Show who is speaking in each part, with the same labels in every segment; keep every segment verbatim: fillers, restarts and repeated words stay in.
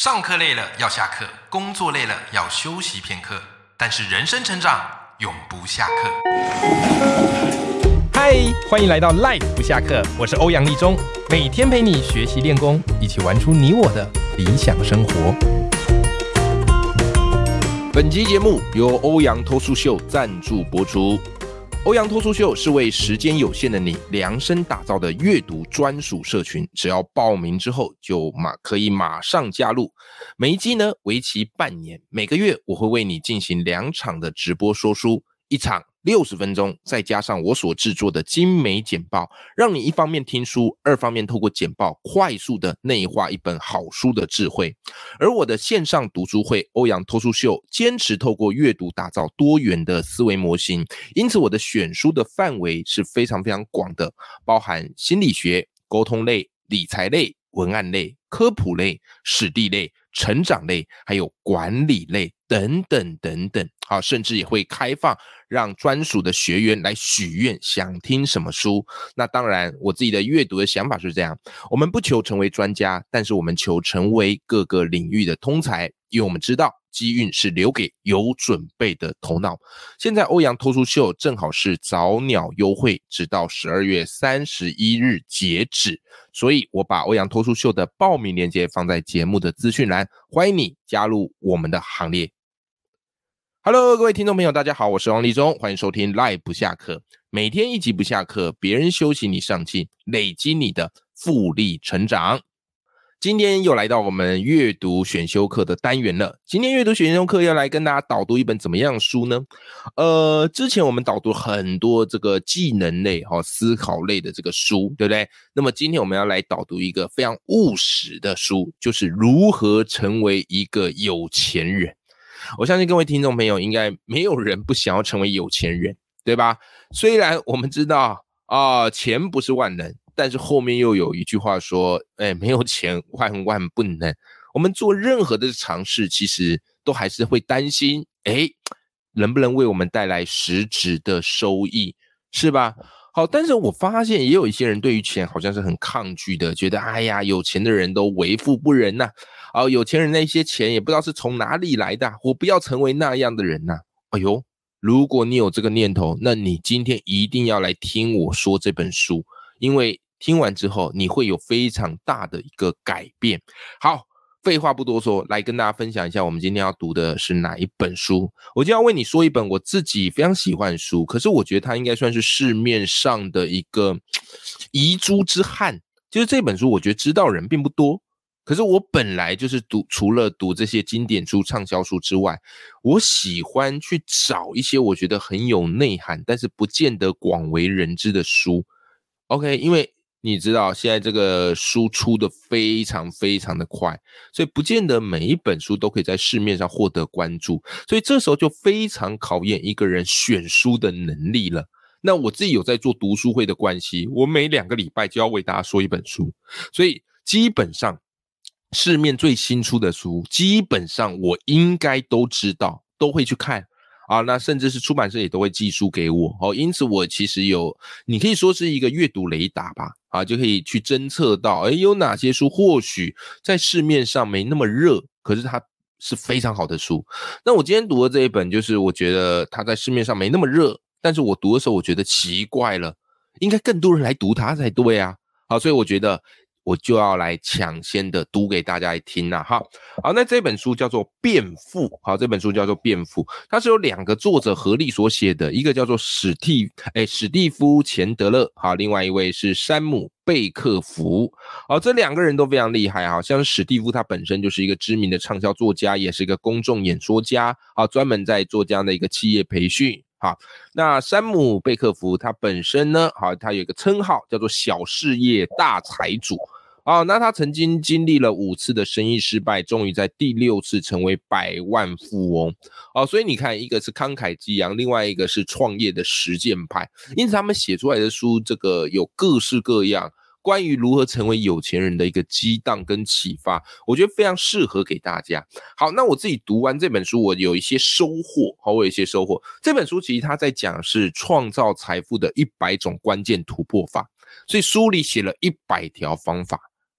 Speaker 1: 上课累了要下课，工作累了要休息片刻，但是人生成长永不下课。
Speaker 2: 嗨，欢迎来到 Life 不下课，我是欧阳立中，每天陪你学习练功，一起玩出你我的理想生活。
Speaker 3: 本集节目由欧阳脱书秀赞助播出。欧阳脱书秀是为时间有限的你量身打造的阅读专属社群，只要报名之后就马可以马上加入。每一季呢为期半年，每个月我会为你进行两场的直播说书，一场六十分钟，再加上我所制作的精美简报，让你一方面听书，二方面透过简报快速的内化一本好书的智慧。而我的线上读书会欧阳脱书秀坚持透过阅读打造多元的思维模型，因此我的选书的范围是非常非常广的，包含心理学、沟通类、理财类、文案类、科普类、史地类、成长类，还有管理类等等等等，好，甚至也会开放让专属的学员来许愿想听什么书。那当然我自己的阅读的想法是这样，我们不求成为专家，但是我们求成为各个领域的通才，因为我们知道机运是留给有准备的头脑。现在欧阳脱书秀正好是早鸟优惠，直到十二月三十一日截止，所以我把欧阳脱书秀的报名链接放在节目的资讯栏，欢迎你加入我们的行列。Hello， 各位听众朋友，大家好，我是王立中，欢迎收听 Live 不下课，每天一集不下课，别人休息你上进，累积你的复利成长。今天又来到我们阅读选修课的单元了。今天阅读选修课要来跟大家导读一本怎么样的书呢？呃，之前我们导读很多这个技能类、哦、思考类的这个书，对不对？那么今天我们要来导读一个非常务实的书，就是如何成为一个有钱人。我相信各位听众朋友应该没有人不想要成为有钱人，对吧？虽然我们知道啊、呃，钱不是万能，但是后面又有一句话说，哎，没有钱万万不能。我们做任何的尝试，其实都还是会担心，哎，能不能为我们带来实质的收益，是吧？好，但是我发现也有一些人对于钱好像是很抗拒的，觉得哎呀，有钱的人都为富不仁呐、啊。哦，有钱人那些钱也不知道是从哪里来的，我不要成为那样的人呐、啊。哎呦，如果你有这个念头，那你今天一定要来听我说这本书，因为听完之后你会有非常大的一个改变。好，废话不多说，来跟大家分享一下我们今天要读的是哪一本书。我今天要为你说一本我自己非常喜欢的书，可是我觉得它应该算是市面上的一个遗珠之憾，就是这本书我觉得知道人并不多，可是我本来就是读，除了读这些经典书畅销书之外，我喜欢去找一些我觉得很有内涵但是不见得广为人知的书。 OK， 因为你知道现在这个书出的非常非常的快，所以不见得每一本书都可以在市面上获得关注，所以这时候就非常考验一个人选书的能力了。那我自己有在做读书会的关系，我每两个礼拜就要为大家说一本书，所以基本上市面最新出的书基本上我应该都知道，都会去看啊，那甚至是出版社也都会寄书给我哦，因此我其实有，你可以说是一个阅读雷达吧，啊，就可以去侦测到，诶，有哪些书或许在市面上没那么热，可是它是非常好的书。那我今天读的这一本，就是我觉得它在市面上没那么热，但是我读的时候我觉得奇怪了，应该更多人来读它才对啊。好，所以我觉得我就要来抢先的读给大家来听啦。好，好，那这本书叫做《变富》，好，这本书叫做《变富》，它是由两个作者合力所写的，一个叫做史蒂，哎，史蒂夫·钱德勒，好，另外一位是山姆·贝克福，好，这两个人都非常厉害，好像史蒂夫他本身就是一个知名的畅销作家，也是一个公众演说家，好，专门在做这样的一个企业培训。好，那山姆·贝克福他本身呢，好，他有一个称号叫做小事业大财主。哦，那他曾经经历了五次的生意失败，终于在第六次成为百万富翁。哦，所以你看，一个是慷慨激昂，另外一个是创业的实践派，因此他们写出来的书，这个有各式各样关于如何成为有钱人的一个激荡跟启发，我觉得非常适合给大家。好，那我自己读完这本书，我有一些收获，好，我有一些收获。这本书其实他在讲是创造财富的一百种关键突破法，所以书里写了一百条方法。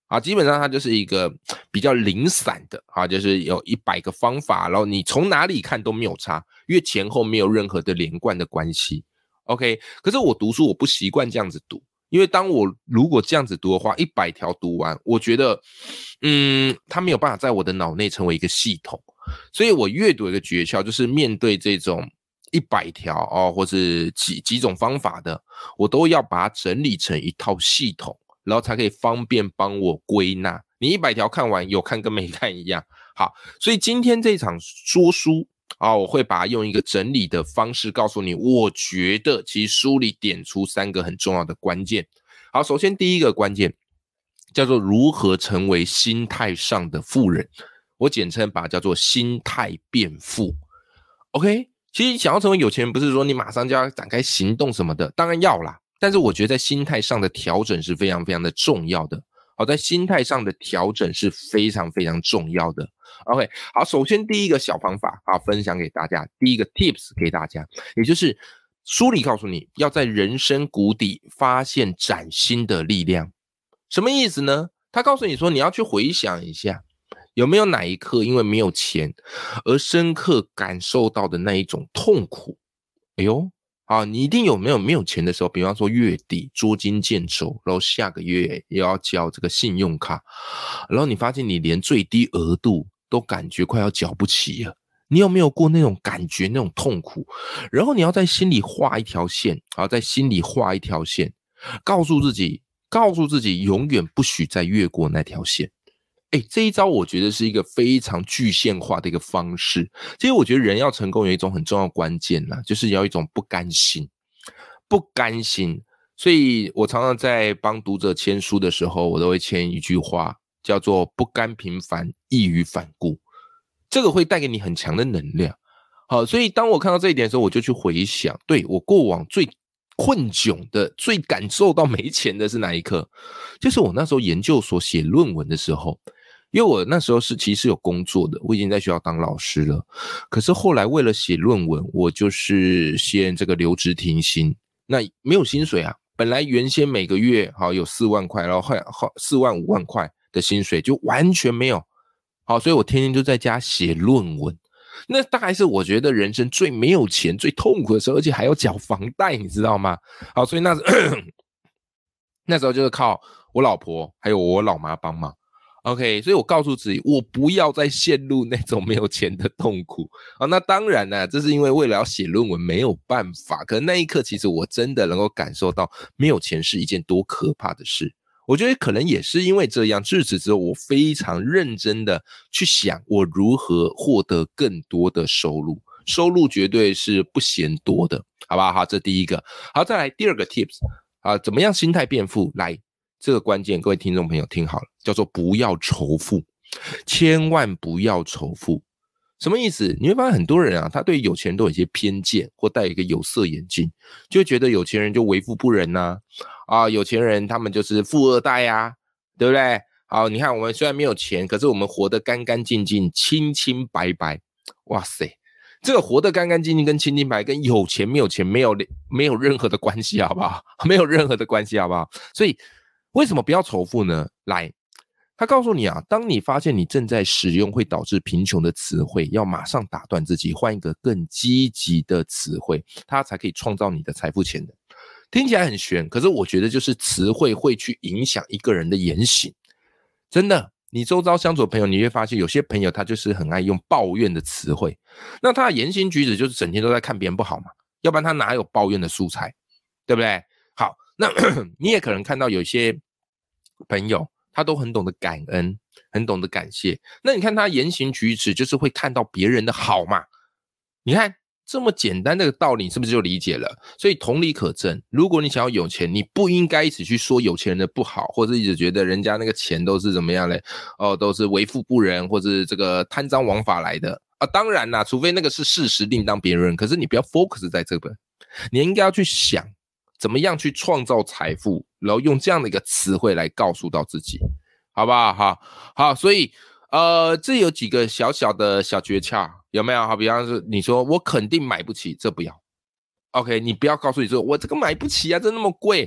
Speaker 3: 啊，基本上它就是一个比较零散的啊，就是有一百个方法，然后你从哪里看都没有差，因为前后没有任何的连贯的关系。OK， 可是我读书我不习惯这样子读，因为当我如果这样子读的话，一百条读完，我觉得，嗯，它没有办法在我的脑内成为一个系统，所以我阅读一个诀窍就是面对这种一百条哦，或是几几种方法的，我都要把它整理成一套系统。然后才可以方便帮我归纳。你一百条看完，有看跟没看一样。好，所以今天这场说书啊，我会把它用一个整理的方式告诉你。我觉得其实书里点出三个很重要的关键。好，首先第一个关键叫做如何成为心态上的富人，我简称把它叫做心态变富。OK， 其实想要成为有钱人，不是说你马上就要展开行动什么的，当然要啦。但是我觉得在心态上的调整是非常非常的重要的。好，在心态上的调整是非常非常重要的。OK， 好，首先第一个小方法啊，分享给大家，第一个 tips 给大家，也就是书里告诉你要在人生谷底发现崭新的力量。什么意思呢？他告诉你说你要去回想一下，有没有哪一刻因为没有钱而深刻感受到的那一种痛苦。哎呦，啊，你一定有没有没有钱的时候，比方说月底捉襟见肘，然后下个月又要交这个信用卡，然后你发现你连最低额度都感觉快要缴不起了。你有没有过那种感觉，那种痛苦？然后你要在心里画一条线，好，在心里画一条线，告诉自己，告诉自己永远不许再越过那条线。哎，这一招我觉得是一个非常具象化的一个方式。其实我觉得人要成功有一种很重要的关键啦，就是要一种不甘心，不甘心。所以我常常在帮读者签书的时候，我都会签一句话，叫做不甘平凡，易于反顾。这个会带给你很强的能量。好，所以当我看到这一点的时候，我就去回想，对，我过往最困窘的、最感受到没钱的是哪一刻？就是我那时候研究所写论文的时候。因为我那时候是其实有工作的，我已经在学校当老师了。可是后来为了写论文，我就是先这个留职停薪，那没有薪水啊。本来原先每个月好有四万块，然后后四万五万块的薪水就完全没有。好，所以我天天就在家写论文。那大概是我觉得人生最没有钱、最痛苦的时候，而且还要缴房贷，你知道吗？好，所以那那时候就是靠我老婆还有我老妈帮忙。OK， 所以我告诉自己，我不要再陷入那种没有钱的痛苦啊。那当然呢，这是因为为了要写论文没有办法。可是那一刻，其实我真的能够感受到没有钱是一件多可怕的事。我觉得可能也是因为这样，自此之后，我非常认真的去想，我如何获得更多的收入。收入绝对是不嫌多的，好不好？好，这第一个。好，再来第二个 tips 啊，怎么样心态变富？来。这个关键，各位听众朋友听好了，叫做不要仇富，千万不要仇富。什么意思？你会发现很多人啊，他对有钱人都有一些偏见，或戴一个有色眼镜，就会觉得有钱人就为富不仁呐、啊，啊，有钱人他们就是富二代啊，对不对？好，你看我们虽然没有钱，可是我们活得干干净净、清清白白。哇塞！这个活得干干净净跟清清白跟有钱没有钱没有没有任何的关系，好不好？没有任何的关系，好不好？所以为什么不要仇富呢？来，他告诉你啊，当你发现你正在使用会导致贫穷的词汇，要马上打断自己，换一个更积极的词汇，它才可以创造你的财富潜能。听起来很玄，可是我觉得就是词汇会去影响一个人的言行。真的，你周遭相处的朋友，你会发现有些朋友他就是很爱用抱怨的词汇，那他的言行举止就是整天都在看别人不好嘛，要不然他哪有抱怨的素材，对不对？好，那你也可能看到有些朋友他都很懂得感恩，很懂得感谢，那你看他言行举止就是会看到别人的好嘛，你看这么简单的道理你是不是就理解了？所以同理可证，如果你想要有钱，你不应该一直去说有钱人的不好，或者一直觉得人家那个钱都是怎么样嘞，哦，都是为富不仁，或者是这个贪赃枉法来的啊。当然啦，除非那个是事实另当别论，可是你不要 focus 在这个，你应该要去想怎么样去创造财富，然后用这样的一个词汇来告诉到自己，好不好？好，好，所以呃，这有几个小小的小诀窍，有没有？好，比方说你说我肯定买不起，这不要。OK， 你不要告诉你说我这个买不起啊，这那么贵。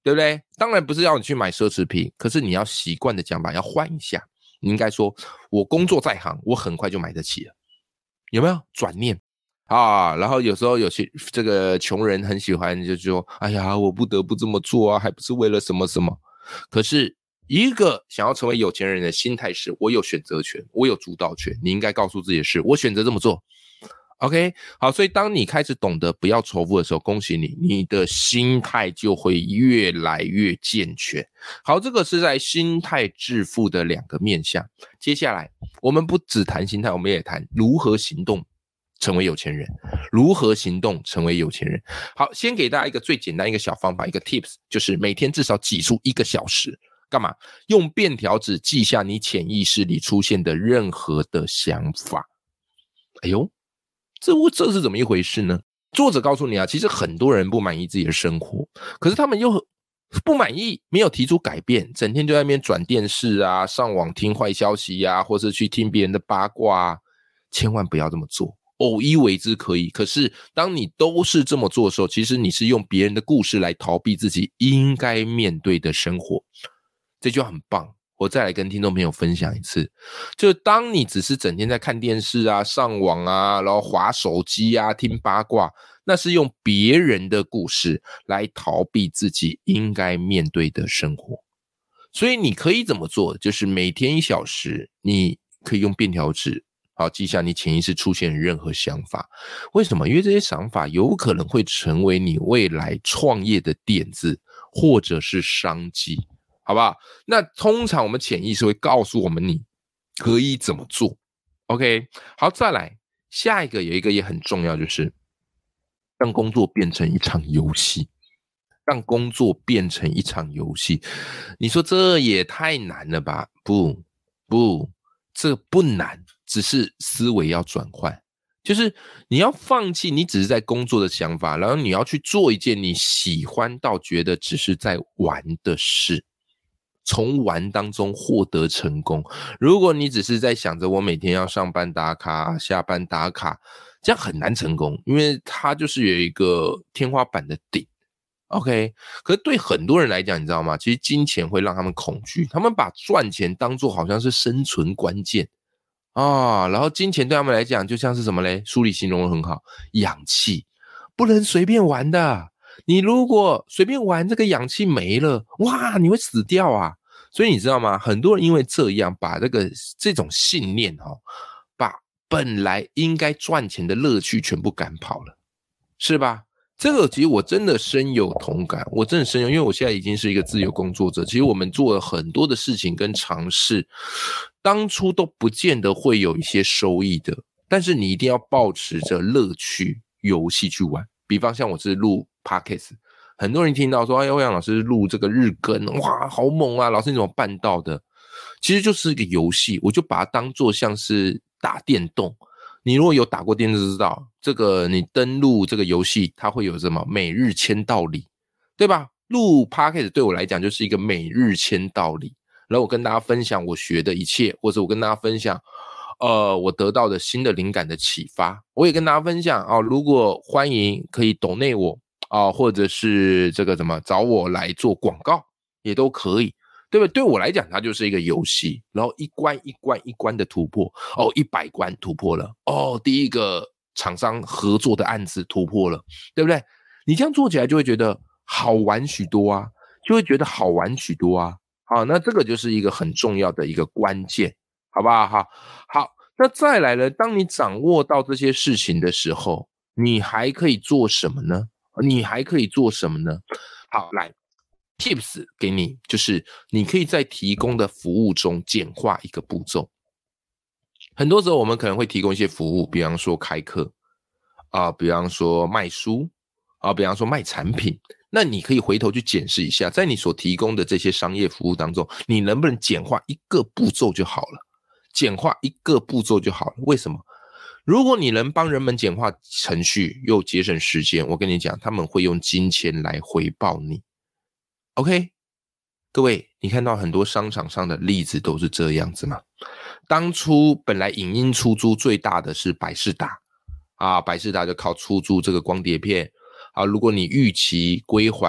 Speaker 3: 对不对？当然不是要你去买奢侈品，可是你要习惯的讲法要换一下。你应该说，我工作在行，我很快就买得起了，有没有转念啊？然后有时候有些这个穷人很喜欢就说，哎呀，我不得不这么做啊，还不是为了什么什么。可是一个想要成为有钱人的心态是，我有选择权，我有主导权。你应该告诉自己的是，我选择这么做。OK， 好，所以当你开始懂得不要仇富的时候，恭喜你，你的心态就会越来越健全。好，这个是在心态致富的两个面向。接下来，我们不只谈心态，我们也谈如何行动成为有钱人，如何行动成为有钱人。好，先给大家一个最简单一个小方法，一个 tips， 就是每天至少挤出一个小时，干嘛？用便条纸记下你潜意识里出现的任何的想法。哎呦，这这是怎么一回事呢？作者告诉你啊，其实很多人不满意自己的生活，可是他们又不满意，没有提出改变，整天就在那边转电视啊，上网听坏消息啊，或是去听别人的八卦啊。千万不要这么做，偶一为之可以，可是当你都是这么做的时候，其实你是用别人的故事来逃避自己应该面对的生活。这句话很棒，我再来跟听众朋友分享一次，就当你只是整天在看电视啊、上网啊，然后滑手机啊、听八卦，那是用别人的故事来逃避自己应该面对的生活。所以你可以怎么做？就是每天一小时，你可以用便条纸好记下你潜意识出现的任何想法。为什么？因为这些想法有可能会成为你未来创业的点子，或者是商机。好不好？那通常我们潜意识会告诉我们你可以怎么做。 OK， 好，再来下一个，有一个也很重要，就是让工作变成一场游戏。让工作变成一场游戏，你说这也太难了吧？不不，这不难，只是思维要转换。就是你要放弃你只是在工作的想法，然后你要去做一件你喜欢到觉得只是在玩的事，从玩当中获得成功。如果你只是在想着我每天要上班打卡，下班打卡，这样很难成功，因为它就是有一个天花板的顶。OK， 可是对很多人来讲，你知道吗？其实金钱会让他们恐惧，他们把赚钱当作好像是生存关键啊，然后金钱对他们来讲就像是什么嘞？书里形容得很好，氧气，不能随便玩的。你如果随便玩，这个氧气没了，哇，你会死掉啊！所以你知道吗？很多人因为这样，把这个这种信念哈、哦，把本来应该赚钱的乐趣全部赶跑了，是吧？这个其实我真的深有同感，我真的深有，因为我现在已经是一个自由工作者，其实我们做了很多的事情跟尝试，当初都不见得会有一些收益的，但是你一定要抱持着乐趣游戏去玩。比方像我是录 Podcast， 很多人听到说哎，欧阳老师录这个日更，哇好猛啊，老师你怎么办到的？其实就是一个游戏，我就把它当作像是打电动。你如果有打过电视就知道，这个你登录这个游戏，它会有什么每日签到礼，对吧？录 Podcast 对我来讲就是一个每日签到礼，然后我跟大家分享我学的一切，或者我跟大家分享呃，我得到的新的灵感的启发，我也跟大家分享啊、哦，如果欢迎可以抖内我啊、哦，或者是这个怎么找我来做广告也都可以。对不对？对我来讲，它就是一个游戏，然后一关一关一关的突破。哦，一百关突破了。哦，第一个厂商合作的案子突破了，对不对？你这样做起来就会觉得好玩许多啊，就会觉得好玩许多啊。好，那这个就是一个很重要的一个关键，好不好？好，好，那再来了，当你掌握到这些事情的时候，你还可以做什么呢？你还可以做什么呢？好，来。Tips 给你，就是你可以在提供的服务中简化一个步骤。很多时候我们可能会提供一些服务，比方说开课啊、呃，比方说卖书啊、呃，比方说卖产品。那你可以回头去检视一下，在你所提供的这些商业服务当中，你能不能简化一个步骤就好了？简化一个步骤就好了。为什么？如果你能帮人们简化程序又节省时间，我跟你讲，他们会用金钱来回报你。OK， 各位，你看到很多商场上的例子都是这样子吗？当初本来影音出租最大的是百视达啊，百视达就靠出租这个光碟片啊，如果你逾期归还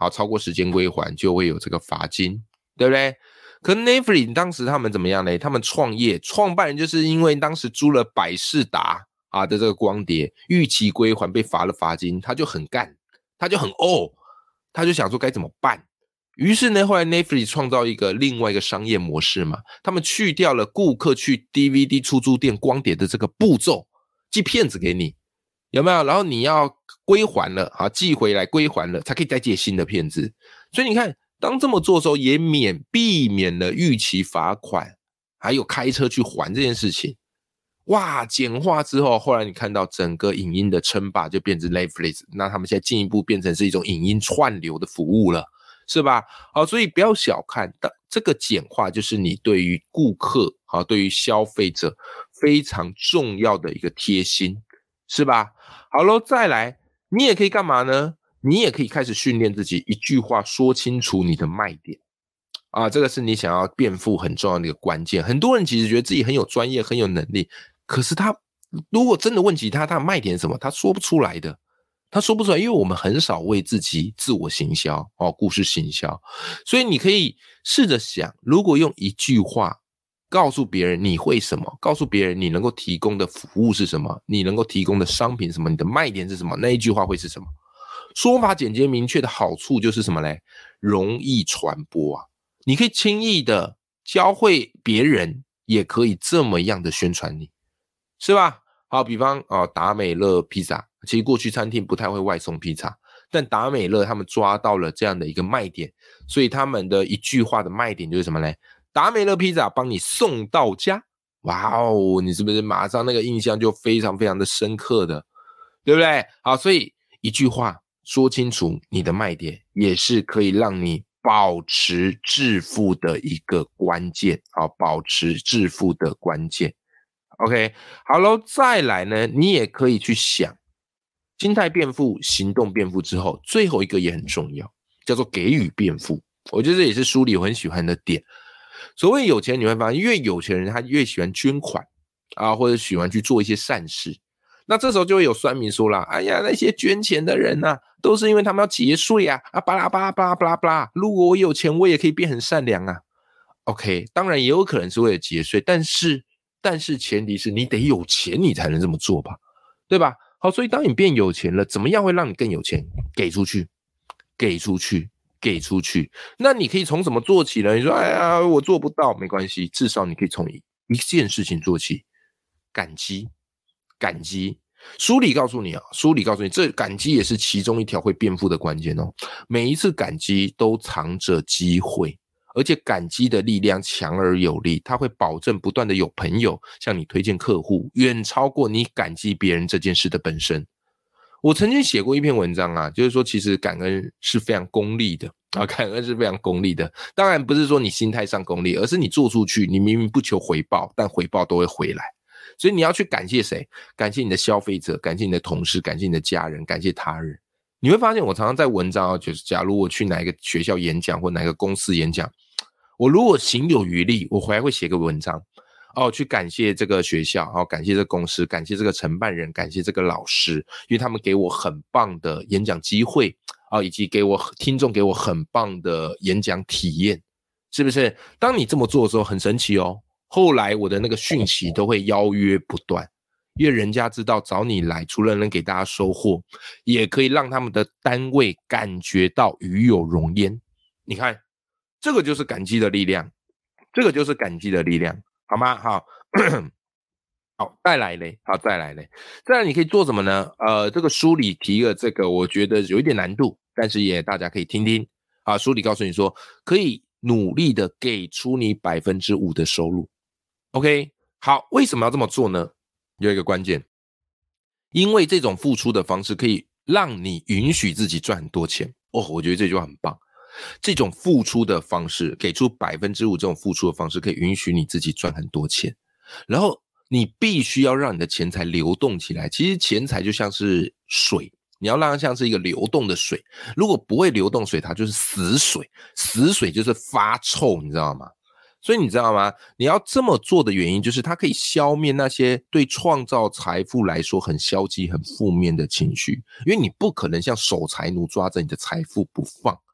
Speaker 3: 好，超过时间归还就会有这个罚金，对不对？可 Netflix 当时他们怎么样呢？他们创业创办人就是因为当时租了百视达啊的这个光碟，逾期归还被罚了罚金，他就很干，他就很哦，他就想说该怎么办。于是呢，后来 Netflix 创造一个另外一个商业模式嘛，他们去掉了顾客去 D V D 出租店光碟的这个步骤，寄片子给你，有没有？然后你要归还了，好，寄回来归还了，才可以再借新的片子。所以你看，当这么做的时候，也免避免了逾期罚款，还有开车去还这件事情。哇，简化之后，后来你看到整个影音的称霸就变成 Netflix， 那他们现在进一步变成是一种影音串流的服务了。是吧？好，所以不要小看这个简化，就是你对于顾客，好，对于消费者非常重要的一个贴心，是吧？好咯，再来，你也可以干嘛呢？你也可以开始训练自己，一句话说清楚你的卖点啊，这个是你想要变富很重要的一个关键。很多人其实觉得自己很有专业，很有能力，可是他如果真的问起他，他的卖点是什么，他说不出来的。他说不出来，因为我们很少为自己自我行销哦，故事行销，所以你可以试着想，如果用一句话告诉别人你会什么，告诉别人你能够提供的服务是什么，你能够提供的商品是什么，你的卖点是什么，那一句话会是什么？说法简洁明确的好处就是什么嘞？容易传播啊！你可以轻易的教会别人，也可以这么样的宣传你，是吧？好，比方哦，达美乐披萨。其实过去餐厅不太会外送披萨，但达美乐他们抓到了这样的一个卖点，所以他们的一句话的卖点就是什么呢？达美乐披萨帮你送到家。哇哦，你是不是马上那个印象就非常非常的深刻的，对不对？好，所以一句话说清楚你的卖点，也是可以让你保持致富的一个关键，好，保持致富的关键。OK， 好咯，再来呢，你也可以去想。心态变富，行动变富之后，最后一个也很重要，叫做给予变富。我觉得这也是书里我很喜欢的点。所谓有钱，你会发现越有钱人他越喜欢捐款啊，或者喜欢去做一些善事。那这时候就会有酸民说啦，哎呀，那些捐钱的人啊，都是因为他们要节税啊，啊巴拉巴拉巴拉巴拉巴拉。如果我有钱，我也可以变很善良啊。OK， 当然也有可能是为了节税，但是但是前提是你得有钱，你才能这么做吧，对吧？好，所以当你变有钱了，怎么样会让你更有钱？给出去，给出去，给出去。那你可以从什么做起呢？你说，哎呀，我做不到，没关系，至少你可以从一件事情做起，感激，感激。书里告诉你啊，书里告诉你，这感激也是其中一条会变富的关键哦。每一次感激都藏着机会。而且感激的力量强而有力，它会保证不断的有朋友向你推荐客户，远超过你感激别人这件事的本身。我曾经写过一篇文章啊，就是说其实感恩是非常功利的啊，感恩是非常功利的。当然不是说你心态上功利，而是你做出去，你明明不求回报，但回报都会回来。所以你要去感谢谁？感谢你的消费者，感谢你的同事，感谢你的家人，感谢他人。你会发现我常常在文章啊，就是假如我去哪一个学校演讲或哪个公司演讲，我如果行有余力，我回来会写个文章哦，去感谢这个学校，哦，感谢这个公司，感谢这个承办人，感谢这个老师，因为他们给我很棒的演讲机会啊，以及给我听众给我很棒的演讲体验，是不是？当你这么做的时候，很神奇哦。后来我的那个讯息都会邀约不断，因为人家知道找你来，除了能给大家收获，也可以让他们的单位感觉到与有荣焉。你看。这个就是感激的力量，这个就是感激的力量，好吗？好，好，再来嘞，好，再来嘞，再来你可以做什么呢？呃，这个书里提了这个，我觉得有一点难度，但是也大家可以听听啊。书里告诉你说，可以努力的给出你百分之五的收入。OK， 好，为什么要这么做呢？有一个关键，因为这种付出的方式可以让你允许自己赚很多钱。哦，我觉得这句话很棒。这种付出的方式，给出 百分之五 这种付出的方式，可以允许你自己赚很多钱。然后你必须要让你的钱财流动起来。其实钱财就像是水，你要让它像是一个流动的水。如果不会流动水，它就是死水，死水就是发臭，你知道吗？所以你知道吗？你要这么做的原因就是它可以消灭那些对创造财富来说很消极很负面的情绪，因为你不可能像守财奴抓着你的财富不放。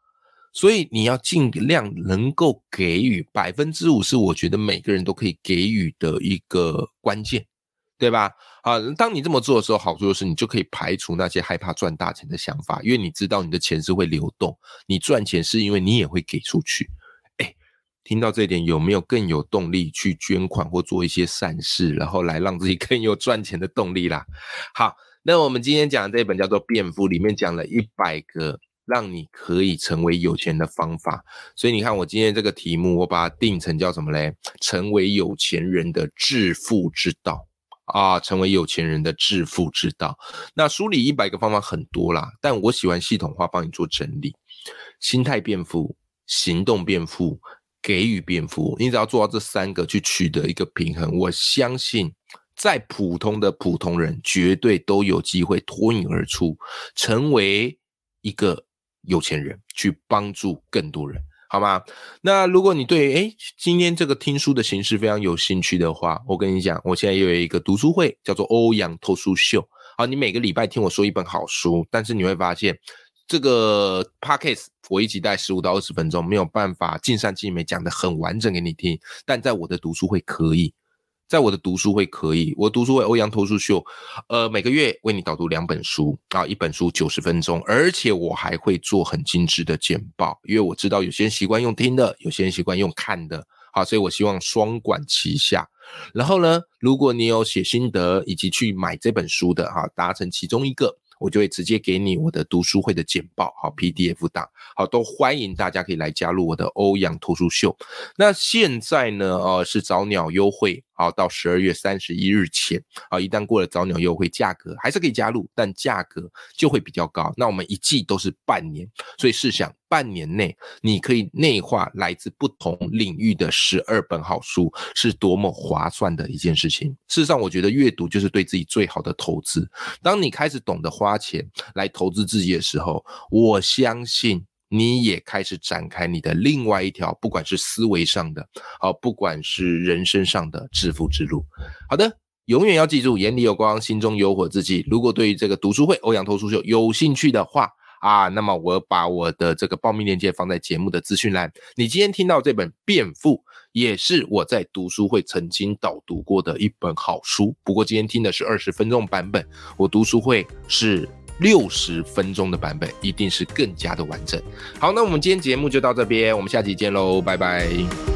Speaker 3: 所以你要尽量能够给予百分之五，是我觉得每个人都可以给予的一个关键，对吧？啊，当你这么做的时候，好处就是你就可以排除那些害怕赚大钱的想法，因为你知道你的钱是会流动，你赚钱是因为你也会给出去。哎，听到这一点，有没有更有动力去捐款或做一些善事，然后来让自己更有赚钱的动力啦？好，那我们今天讲的这本叫做《变富》，里面讲了一百个让你可以成为有钱的方法。所以你看我今天这个题目，我把它定成叫什么嘞？成为有钱人的致富之道啊，成为有钱人的致富之道。那书里一百个方法很多啦，但我喜欢系统化帮你做整理。心态变富，行动变富，给予变富，你只要做到这三个去取得一个平衡，我相信再普通的普通人绝对都有机会脱颖而出，成为一个有钱人，去帮助更多人，好吗？那如果你对诶今天这个听书的形式非常有兴趣的话，我跟你讲，我现在又有一个读书会，叫做欧阳脱书秀。好，你每个礼拜听我说一本好书，但是你会发现这个 podcast 我一集大概十五到二十分钟，没有办法尽善尽美讲得很完整给你听，但在我的读书会可以。在我的读书会可以，我读书会欧阳脱书秀，呃，每个月为你导读两本书啊，一本书九十分钟，而且我还会做很精致的简报，因为我知道有些人习惯用听的，有些人习惯用看的，好，所以我希望双管齐下。然后呢，如果你有写心得以及去买这本书的哈，达成其中一个，我就会直接给你我的读书会的简报，好 P D F 档，好，都欢迎大家可以来加入我的欧阳脱书秀。那现在呢，呃，是早鸟优惠，好，到十二月三十一日前，好，一旦过了早鸟优惠，价格还是可以加入，但价格就会比较高。那我们一季都是半年，所以试想半年内你可以内化来自不同领域的十二本好书，是多么划算的一件事情。事实上，我觉得阅读就是对自己最好的投资。当你开始懂得花钱来投资自己的时候，我相信你也开始展开你的另外一条，不管是思维上的，好，不管是人生上的致富之路。好的，永远要记住，眼里有光，心中有火自己。如果对于这个读书会欧阳脱书秀有兴趣的话啊，那么我把我的这个报名链接放在节目的资讯栏。你今天听到这本《变富》，也是我在读书会曾经导读过的一本好书，不过今天听的是二十分钟版本，我读书会是六十分钟的版本，一定是更加的完整。好，那我们今天节目就到这边，我们下期见喽，拜拜。